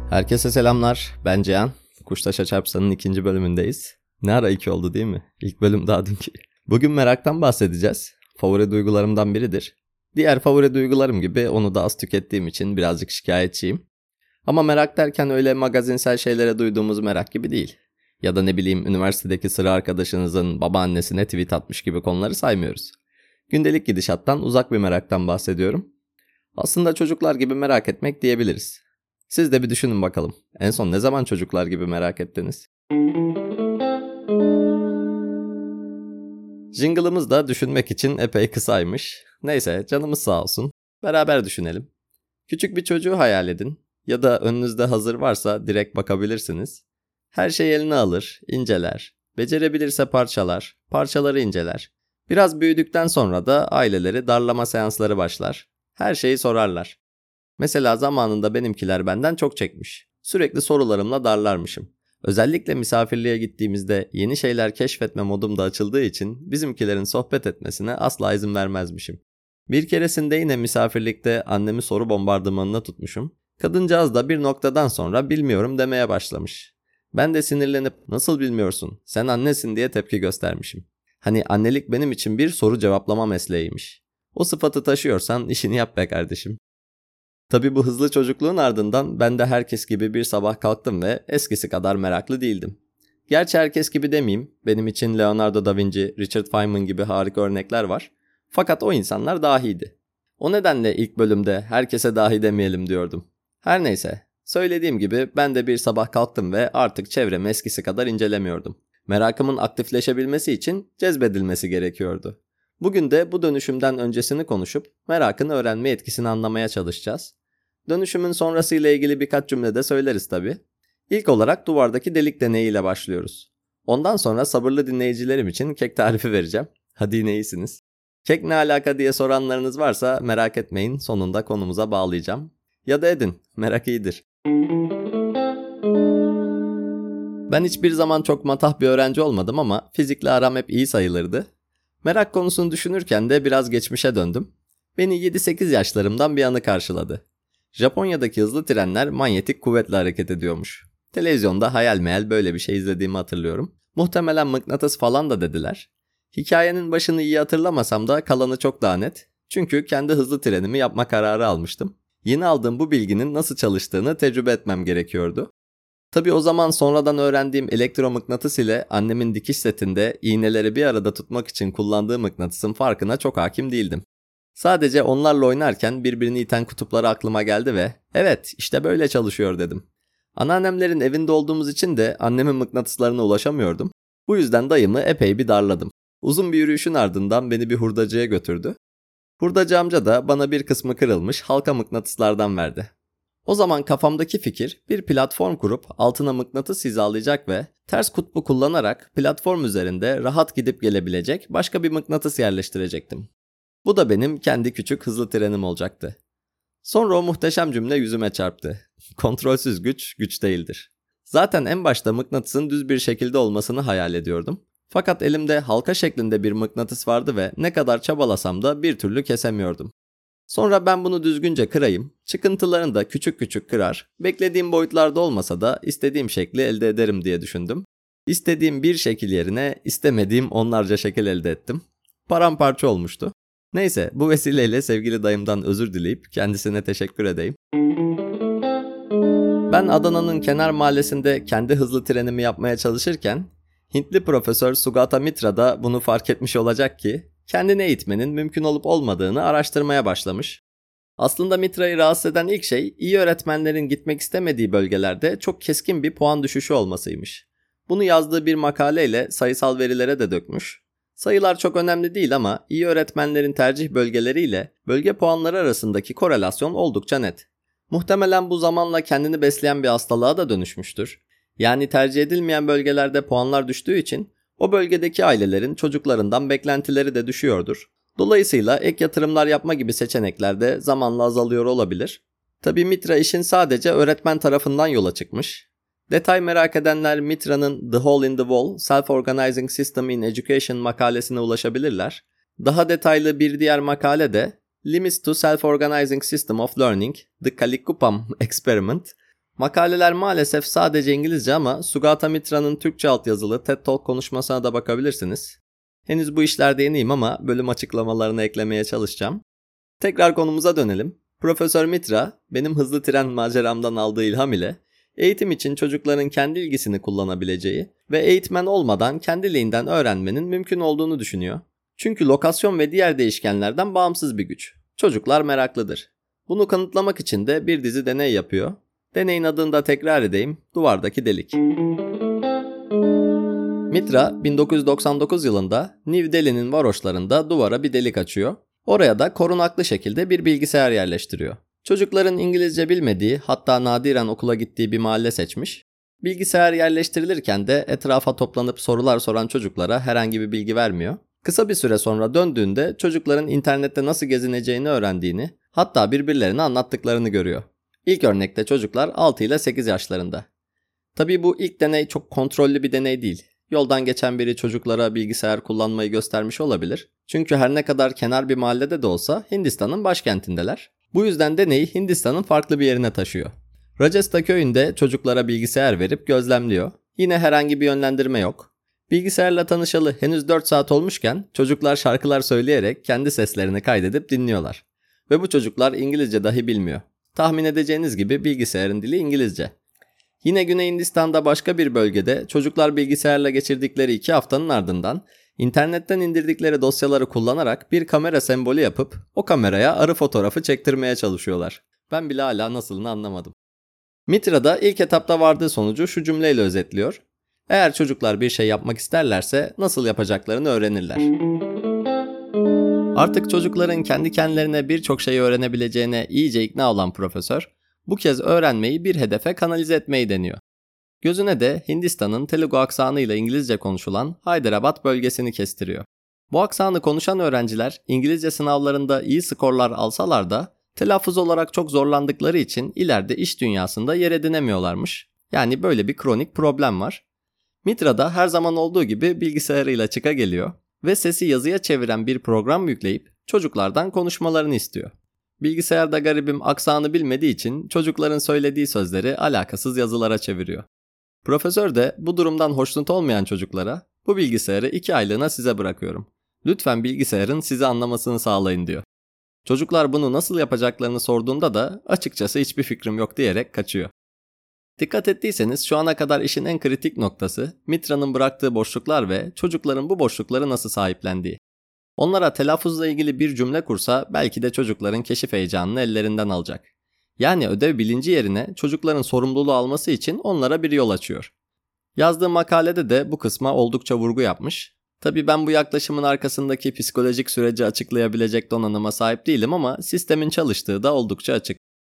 Herkese selamlar, ben Cihan. Kuştaşa Çarpsan'ın 2. bölümündeyiz. Ne ara 2 oldu değil mi? İlk bölüm daha dünkü. Bugün meraktan bahsedeceğiz. Favori duygularımdan biridir. Diğer favori duygularım gibi onu da az tükettiğim için birazcık şikayetçiyim. Ama merak derken öyle magazinsel şeylere duyduğumuz merak gibi değil. Ya da ne bileyim üniversitedeki sıra arkadaşınızın babaannesine tweet atmış gibi konuları saymıyoruz. Gündelik gidişattan uzak bir meraktan bahsediyorum. Aslında çocuklar gibi merak etmek diyebiliriz. Siz de bir düşünün bakalım. En son ne zaman çocuklar gibi merak ettiniz? Jingle'ımız da düşünmek için epey kısaymış. Neyse canımız sağ olsun. Beraber düşünelim. Küçük bir çocuğu hayal edin. Ya da önünüzde hazır varsa direkt bakabilirsiniz. Her şeyi eline alır, inceler. Becerebilirse parçalar, parçaları inceler. Biraz büyüdükten sonra da aileleri darlama seansları başlar. Her şeyi sorarlar. Mesela zamanında benimkiler benden çok çekmiş. Sürekli sorularımla darlarmışım. Özellikle misafirliğe gittiğimizde yeni şeyler keşfetme modum da açıldığı için bizimkilerin sohbet etmesine asla izin vermezmişim. Bir keresinde yine misafirlikte annemi soru bombardımanına tutmuşum. Kadıncağız da bir noktadan sonra bilmiyorum demeye başlamış. Ben de sinirlenip nasıl bilmiyorsun, sen annesin diye tepki göstermişim. Hani annelik benim için bir soru cevaplama mesleğiymiş. O sıfatı taşıyorsan işini yap be kardeşim. Tabii bu hızlı çocukluğun ardından ben de herkes gibi bir sabah kalktım ve eskisi kadar meraklı değildim. Gerçi herkes gibi demeyeyim, benim için Leonardo da Vinci, Richard Feynman gibi harika örnekler var. Fakat o insanlar dahiydi. O nedenle ilk bölümde herkese dahi demeyelim diyordum. Her neyse, söylediğim gibi ben de bir sabah kalktım ve artık çevremi eskisi kadar incelemiyordum. Merakımın aktifleşebilmesi için cezbedilmesi gerekiyordu. Bugün de bu dönüşümden öncesini konuşup merakın öğrenme etkisini anlamaya çalışacağız. Dönüşümün sonrasıyla ilgili birkaç cümle de söyleriz tabii. İlk olarak duvardaki delik deneyiyle başlıyoruz. Ondan sonra sabırlı dinleyicilerim için kek tarifi vereceğim. Hadi yine iyisiniz. Kek ne alaka diye soranlarınız varsa merak etmeyin, sonunda konumuza bağlayacağım. Ya da edin, merak iyidir. Ben hiçbir zaman çok matah bir öğrenci olmadım ama fizikle aram hep iyi sayılırdı. Merak konusunu düşünürken de biraz geçmişe döndüm. Beni 7-8 yaşlarımdan bir anı karşıladı. Japonya'daki hızlı trenler manyetik kuvvetle hareket ediyormuş. Televizyonda hayal meyal böyle bir şey izlediğimi hatırlıyorum. Muhtemelen mıknatıs falan da dediler. Hikayenin başını iyi hatırlamasam da kalanı çok daha net. Çünkü kendi hızlı trenimi yapma kararı almıştım. Yeni aldığım bu bilginin nasıl çalıştığını tecrübe etmem gerekiyordu. Tabii o zaman sonradan öğrendiğim elektromıknatıs ile annemin dikiş setinde iğneleri bir arada tutmak için kullandığı mıknatısın farkına çok hakim değildim. Sadece onlarla oynarken birbirini iten kutupları aklıma geldi ve evet işte böyle çalışıyor dedim. Anneannemlerin evinde olduğumuz için de annemin mıknatıslarına ulaşamıyordum. Bu yüzden dayımı epey bir darladım. Uzun bir yürüyüşün ardından beni bir hurdacıya götürdü. Hurdacı amca da bana bir kısmı kırılmış halka mıknatıslardan verdi. O zaman kafamdaki fikir bir platform kurup altına mıknatıs hizalayacak ve ters kutbu kullanarak platform üzerinde rahat gidip gelebilecek başka bir mıknatıs yerleştirecektim. Bu da benim kendi küçük hızlı trenim olacaktı. Sonra o muhteşem cümle yüzüme çarptı. Kontrolsüz güç, güç değildir. Zaten en başta mıknatısın düz bir şekilde olmasını hayal ediyordum. Fakat elimde halka şeklinde bir mıknatıs vardı ve ne kadar çabalasam da bir türlü kesemiyordum. Sonra ben bunu düzgünce kırayım, çıkıntılarını da küçük küçük kırar, beklediğim boyutlarda olmasa da istediğim şekli elde ederim diye düşündüm. İstediğim bir şekil yerine istemediğim onlarca şekil elde ettim. Paramparça olmuştu. Neyse bu vesileyle sevgili dayımdan özür dileyip kendisine teşekkür edeyim. Ben Adana'nın kenar mahallesinde kendi hızlı trenimi yapmaya çalışırken Hintli Profesör Sugata Mitra da bunu fark etmiş olacak ki kendini eğitmenin mümkün olup olmadığını araştırmaya başlamış. Aslında Mitra'yı rahatsız eden ilk şey iyi öğretmenlerin gitmek istemediği bölgelerde çok keskin bir puan düşüşü olmasıymış. Bunu yazdığı bir makaleyle sayısal verilere de dökmüş. Sayılar çok önemli değil ama iyi öğretmenlerin tercih bölgeleriyle bölge puanları arasındaki korelasyon oldukça net. Muhtemelen bu zamanla kendini besleyen bir hastalığa da dönüşmüştür. Yani tercih edilmeyen bölgelerde puanlar düştüğü için o bölgedeki ailelerin çocuklarından beklentileri de düşüyordur. Dolayısıyla ek yatırımlar yapma gibi seçenekler de zamanla azalıyor olabilir. Tabii Mitra işin sadece öğretmen tarafından yola çıkmış. Detay merak edenler Mitra'nın The Hole in the Wall, Self-Organizing System in Education makalesine ulaşabilirler. Daha detaylı bir diğer makale de Limits to Self-Organizing System of Learning, The Kalikupam Experiment, Makaleler maalesef sadece İngilizce ama Sugata Mitra'nın Türkçe altyazılı TED Talk konuşmasına da bakabilirsiniz. Henüz bu işlerde yeniyim ama bölüm açıklamalarını eklemeye çalışacağım. Tekrar konumuza dönelim. Profesör Mitra, benim hızlı tren maceramdan aldığı ilham ile eğitim için çocukların kendi ilgisini kullanabileceği ve eğitmen olmadan kendiliğinden öğrenmenin mümkün olduğunu düşünüyor. Çünkü lokasyon ve diğer değişkenlerden bağımsız bir güç. Çocuklar meraklıdır. Bunu kanıtlamak için de bir dizi deney yapıyor. Deneyin adını da tekrar edeyim, duvardaki delik. Mitra 1999 yılında New Delhi'nin varoşlarında duvara bir delik açıyor. Oraya da korunaklı şekilde bir bilgisayar yerleştiriyor. Çocukların İngilizce bilmediği, hatta nadiren okula gittiği bir mahalle seçmiş. Bilgisayar yerleştirilirken de etrafa toplanıp sorular soran çocuklara herhangi bir bilgi vermiyor. Kısa bir süre sonra döndüğünde çocukların internette nasıl gezineceğini öğrendiğini, hatta birbirlerine anlattıklarını görüyor. İlk örnekte çocuklar 6 ile 8 yaşlarında. Tabii bu ilk deney çok kontrollü bir deney değil. Yoldan geçen biri çocuklara bilgisayar kullanmayı göstermiş olabilir. Çünkü her ne kadar kenar bir mahallede de olsa Hindistan'ın başkentindeler. Bu yüzden deneyi Hindistan'ın farklı bir yerine taşıyor. Rajasthan köyünde çocuklara bilgisayar verip gözlemliyor. Yine herhangi bir yönlendirme yok. Bilgisayarla tanışalı henüz 4 saat olmuşken çocuklar şarkılar söyleyerek kendi seslerini kaydedip dinliyorlar. Ve bu çocuklar İngilizce dahi bilmiyor. Tahmin edeceğiniz gibi bilgisayarın dili İngilizce. Yine Güney Hindistan'da başka bir bölgede çocuklar bilgisayarla geçirdikleri 2 haftanın ardından internetten indirdikleri dosyaları kullanarak bir kamera sembolü yapıp o kameraya arı fotoğrafı çektirmeye çalışıyorlar. Ben bile hala nasılını anlamadım. Mitra da ilk etapta vardığı sonucu şu cümleyle özetliyor. Eğer çocuklar bir şey yapmak isterlerse nasıl yapacaklarını öğrenirler. Artık çocukların kendi kendilerine birçok şey öğrenebileceğine iyice ikna olan profesör, bu kez öğrenmeyi bir hedefe kanalize etmeyi deniyor. Gözüne de Hindistan'ın Telugu aksanıyla İngilizce konuşulan Hyderabad bölgesini kestiriyor. Bu aksanı konuşan öğrenciler İngilizce sınavlarında iyi skorlar alsalar da telaffuz olarak çok zorlandıkları için ileride iş dünyasında yer edinemiyorlarmış. Yani böyle bir kronik problem var. Mitra da her zaman olduğu gibi bilgisayarıyla çıka geliyor ve sesi yazıya çeviren bir program yükleyip çocuklardan konuşmalarını istiyor. Bilgisayarda garibim aksanı bilmediği için çocukların söylediği sözleri alakasız yazılara çeviriyor. Profesör de bu durumdan hoşnut olmayan çocuklara bu bilgisayarı 2 aylığına size bırakıyorum. Lütfen bilgisayarın sizi anlamasını sağlayın diyor. Çocuklar bunu nasıl yapacaklarını sorduğunda da açıkçası hiçbir fikrim yok diyerek kaçıyor. Dikkat ettiyseniz şu ana kadar işin en kritik noktası Mitra'nın bıraktığı boşluklar ve çocukların bu boşlukları nasıl sahiplendiği. Onlara telaffuzla ilgili bir cümle kursa belki de çocukların keşif heyecanını ellerinden alacak. Yani ödev bilinci yerine çocukların sorumluluğu alması için onlara bir yol açıyor. Yazdığı makalede de bu kısma oldukça vurgu yapmış. Tabii ben bu yaklaşımın arkasındaki psikolojik süreci açıklayabilecek donanıma sahip değilim ama sistemin çalıştığı da oldukça açık.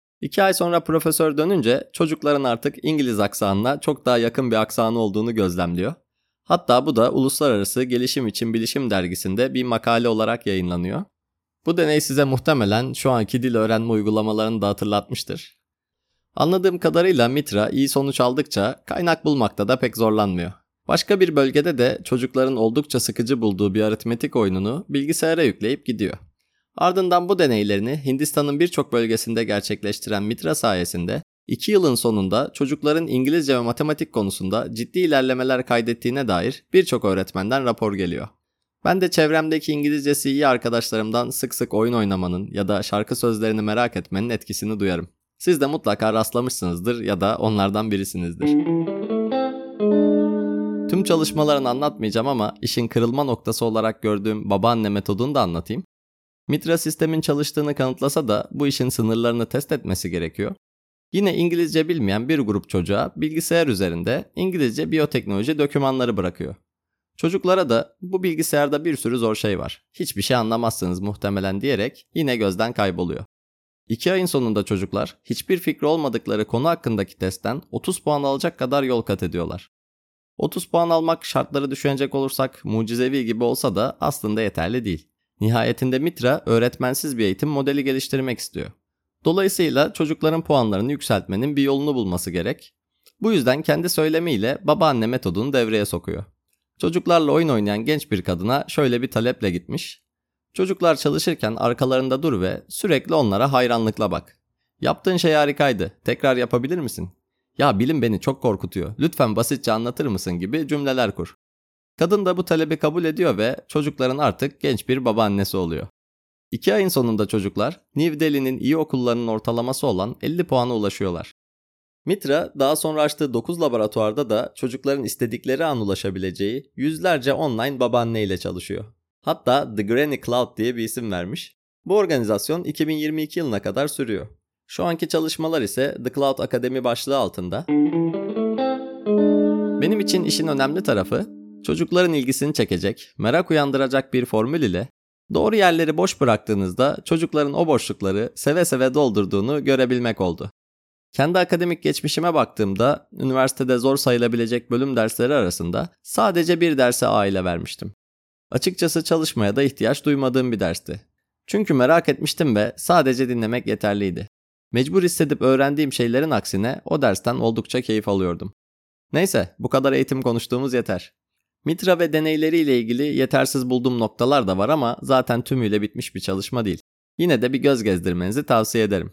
2 ay sonra profesör dönünce çocukların artık İngiliz aksanına çok daha yakın bir aksanı olduğunu gözlemliyor. Hatta bu da Uluslararası Gelişim için Bilişim dergisinde bir makale olarak yayınlanıyor. Bu deney size muhtemelen şu anki dil öğrenme uygulamalarını da hatırlatmıştır. Anladığım kadarıyla Mitra iyi sonuç aldıkça kaynak bulmakta da pek zorlanmıyor. Başka bir bölgede de çocukların oldukça sıkıcı bulduğu bir aritmetik oyununu bilgisayara yükleyip gidiyor. Ardından bu deneylerini Hindistan'ın birçok bölgesinde gerçekleştiren Mitra sayesinde 2 yılın sonunda çocukların İngilizce ve matematik konusunda ciddi ilerlemeler kaydettiğine dair birçok öğretmenden rapor geliyor. Ben de çevremdeki İngilizcesi iyi arkadaşlarımdan sık sık oyun oynamanın ya da şarkı sözlerini merak etmenin etkisini duyarım. Siz de mutlaka rastlamışsınızdır ya da onlardan birisinizdir. Tüm çalışmalarını anlatmayacağım ama işin kırılma noktası olarak gördüğüm babaanne metodunu da anlatayım. Mitra sistemin çalıştığını kanıtlasa da bu işin sınırlarını test etmesi gerekiyor. Yine İngilizce bilmeyen bir grup çocuğa bilgisayar üzerinde İngilizce biyoteknoloji dokümanları bırakıyor. Çocuklara da bu bilgisayarda bir sürü zor şey var. Hiçbir şey anlamazsınız muhtemelen diyerek yine gözden kayboluyor. 2 ayın sonunda çocuklar hiçbir fikri olmadıkları konu hakkındaki testten 30 puan alacak kadar yol kat ediyorlar. 30 puan almak şartları düşünecek olursak mucizevi gibi olsa da aslında yeterli değil. Nihayetinde Mitra öğretmensiz bir eğitim modeli geliştirmek istiyor. Dolayısıyla çocukların puanlarını yükseltmenin bir yolunu bulması gerek. Bu yüzden kendi söylemiyle babaanne metodunu devreye sokuyor. Çocuklarla oyun oynayan genç bir kadına şöyle bir taleple gitmiş. Çocuklar çalışırken arkalarında dur ve sürekli onlara hayranlıkla bak. Yaptığın şey harikaydı. Tekrar yapabilir misin? "Ya bilim beni çok korkutuyor. Lütfen basitçe anlatır mısın?" gibi cümleler kur. Kadın da bu talebi kabul ediyor ve çocukların artık genç bir babaannesi oluyor. 2 ayın sonunda çocuklar New Delhi'nin iyi okullarının ortalaması olan 50 puana ulaşıyorlar. Mitra daha sonra açtığı 9 laboratuvarda da çocukların istedikleri an ulaşabileceği yüzlerce online babaanne ile çalışıyor. Hatta The Granny Cloud diye bir isim vermiş. Bu organizasyon 2022 yılına kadar sürüyor. Şu anki çalışmalar ise The Cloud Akademi başlığı altında. Benim için işin önemli tarafı, çocukların ilgisini çekecek, merak uyandıracak bir formül ile doğru yerleri boş bıraktığınızda çocukların o boşlukları seve seve doldurduğunu görebilmek oldu. Kendi akademik geçmişime baktığımda üniversitede zor sayılabilecek bölüm dersleri arasında sadece bir derse A ile vermiştim. Açıkçası çalışmaya da ihtiyaç duymadığım bir dersti. Çünkü merak etmiştim ve sadece dinlemek yeterliydi. Mecbur hissedip öğrendiğim şeylerin aksine o dersten oldukça keyif alıyordum. Neyse, bu kadar eğitim konuştuğumuz yeter. Mitra ve deneyleriyle ilgili yetersiz bulduğum noktalar da var ama zaten tümüyle bitmiş bir çalışma değil. Yine de bir göz gezdirmenizi tavsiye ederim.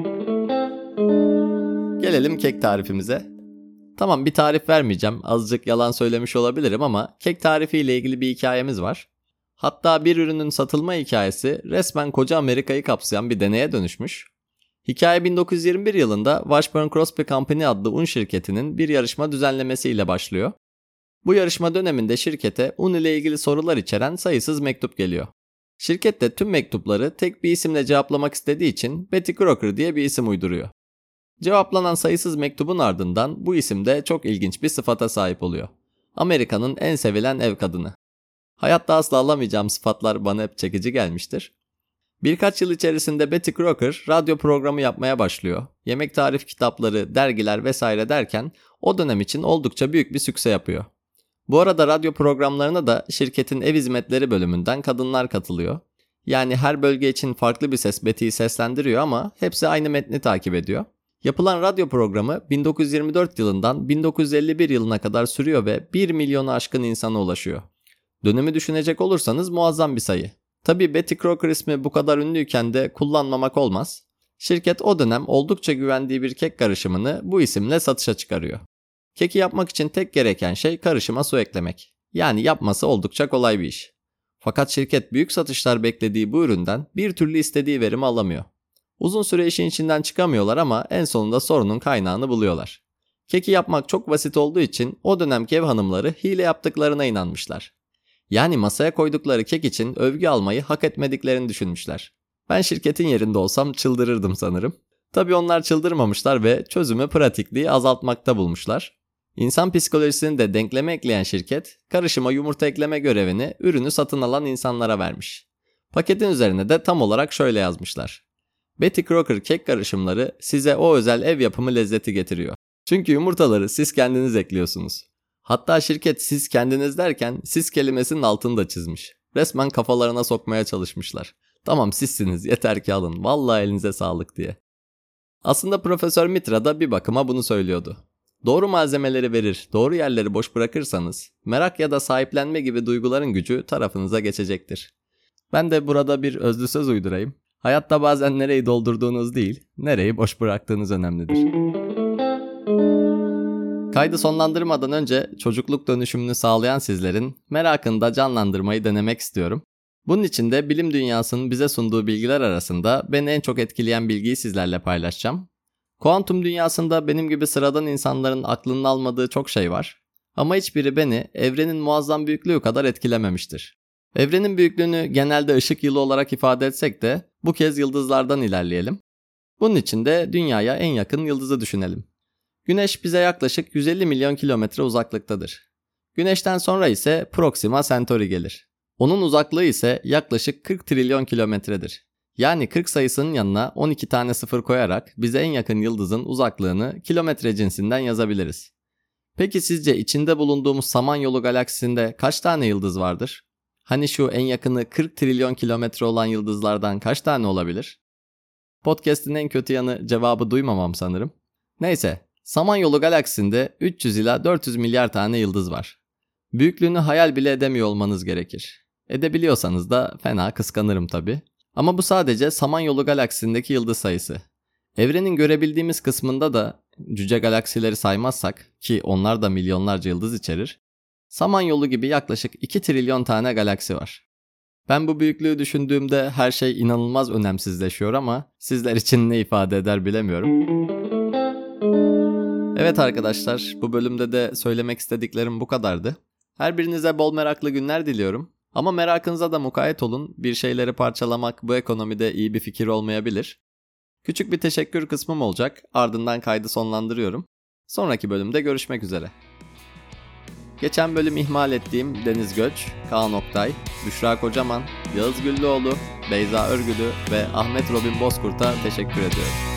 Gelelim kek tarifimize. Tamam, bir tarif vermeyeceğim. Azıcık yalan söylemiş olabilirim ama kek tarifiyle ilgili bir hikayemiz var. Hatta bir ürünün satılma hikayesi resmen koca Amerika'yı kapsayan bir deneye dönüşmüş. Hikaye 1921 yılında Washburn Crosby Company adlı un şirketinin bir yarışma düzenlemesiyle başlıyor. Bu yarışma döneminde şirkete un ile ilgili sorular içeren sayısız mektup geliyor. Şirket de tüm mektupları tek bir isimle cevaplamak istediği için Betty Crocker diye bir isim uyduruyor. Cevaplanan sayısız mektubun ardından bu isim de çok ilginç bir sıfata sahip oluyor. Amerika'nın en sevilen ev kadını. Hayatta asla alamayacağım sıfatlar bana hep çekici gelmiştir. Birkaç yıl içerisinde Betty Crocker radyo programı yapmaya başlıyor. Yemek tarif kitapları, dergiler vesaire derken o dönem için oldukça büyük bir sükse yapıyor. Bu arada radyo programlarına da şirketin ev hizmetleri bölümünden kadınlar katılıyor. Yani her bölge için farklı bir ses Betty'yi seslendiriyor ama hepsi aynı metni takip ediyor. Yapılan radyo programı 1924 yılından 1951 yılına kadar sürüyor ve 1 milyonu aşkın insana ulaşıyor. Dönemi düşünecek olursanız muazzam bir sayı. Tabii Betty Crocker ismi bu kadar ünlüyken de kullanmamak olmaz. Şirket o dönem oldukça güvendiği bir kek karışımını bu isimle satışa çıkarıyor. Keki yapmak için tek gereken şey karışıma su eklemek. Yani yapması oldukça kolay bir iş. Fakat şirket büyük satışlar beklediği bu üründen bir türlü istediği verimi alamıyor. Uzun süre işin içinden çıkamıyorlar ama en sonunda sorunun kaynağını buluyorlar. Keki yapmak çok basit olduğu için o dönemki ev hanımları hile yaptıklarına inanmışlar. Yani masaya koydukları kek için övgü almayı hak etmediklerini düşünmüşler. Ben şirketin yerinde olsam çıldırırdım sanırım. Tabii onlar çıldırmamışlar ve çözümü pratikliği azaltmakta bulmuşlar. İnsan psikolojisini de denkleme ekleyen şirket, karışıma yumurta ekleme görevini ürünü satın alan insanlara vermiş. Paketin üzerine de tam olarak şöyle yazmışlar: Betty Crocker kek karışımları size o özel ev yapımı lezzeti getiriyor. Çünkü yumurtaları siz kendiniz ekliyorsunuz. Hatta şirket siz kendiniz derken siz kelimesinin altını da çizmiş. Resmen kafalarına sokmaya çalışmışlar. Tamam sizsiniz, yeter ki alın, vallahi elinize sağlık diye. Aslında Profesör Mitra da bir bakıma bunu söylüyordu. Doğru malzemeleri verir, doğru yerleri boş bırakırsanız merak ya da sahiplenme gibi duyguların gücü tarafınıza geçecektir. Ben de burada bir özlü söz uydurayım. Hayatta bazen nereyi doldurduğunuz değil, nereyi boş bıraktığınız önemlidir. Kaydı sonlandırmadan önce çocukluk dönüşümünü sağlayan sizlerin merakını da canlandırmayı denemek istiyorum. Bunun için de bilim dünyasının bize sunduğu bilgiler arasında beni en çok etkileyen bilgiyi sizlerle paylaşacağım. Kuantum dünyasında benim gibi sıradan insanların aklının almadığı çok şey var. Ama hiçbiri beni evrenin muazzam büyüklüğü kadar etkilememiştir. Evrenin büyüklüğünü genelde ışık yılı olarak ifade etsek de bu kez yıldızlardan ilerleyelim. Bunun için de dünyaya en yakın yıldızı düşünelim. Güneş bize yaklaşık 150 milyon kilometre uzaklıktadır. Güneşten sonra ise Proxima Centauri gelir. Onun uzaklığı ise yaklaşık 40 trilyon kilometredir. Yani 40 sayısının yanına 12 tane sıfır koyarak bize en yakın yıldızın uzaklığını kilometre cinsinden yazabiliriz. Peki sizce içinde bulunduğumuz Samanyolu galaksisinde kaç tane yıldız vardır? Hani şu en yakını 40 trilyon kilometre olan yıldızlardan kaç tane olabilir? Podcast'in en kötü yanı cevabı duymamam sanırım. Neyse, Samanyolu galaksisinde 300 ila 400 milyar tane yıldız var. Büyüklüğünü hayal bile edemiyor olmanız gerekir. Edebiliyorsanız da fena kıskanırım tabii. Ama bu sadece Samanyolu galaksisindeki yıldız sayısı. Evrenin görebildiğimiz kısmında da cüce galaksileri saymazsak ki onlar da milyonlarca yıldız içerir, Samanyolu gibi yaklaşık 2 trilyon tane galaksi var. Ben bu büyüklüğü düşündüğümde her şey inanılmaz önemsizleşiyor ama sizler için ne ifade eder bilemiyorum. Evet arkadaşlar, bu bölümde de söylemek istediklerim bu kadardı. Her birinize bol meraklı günler diliyorum. Ama merakınıza da mukayyet olun, bir şeyleri parçalamak bu ekonomide iyi bir fikir olmayabilir. Küçük bir teşekkür kısmım olacak, ardından kaydı sonlandırıyorum. Sonraki bölümde görüşmek üzere. Geçen bölüm ihmal ettiğim Deniz Göç, Kaan Oktay, Büşra Kocaman, Yağız Güllüoğlu, Beyza Örgülü ve Ahmet Robin Bozkurt'a teşekkür ediyorum.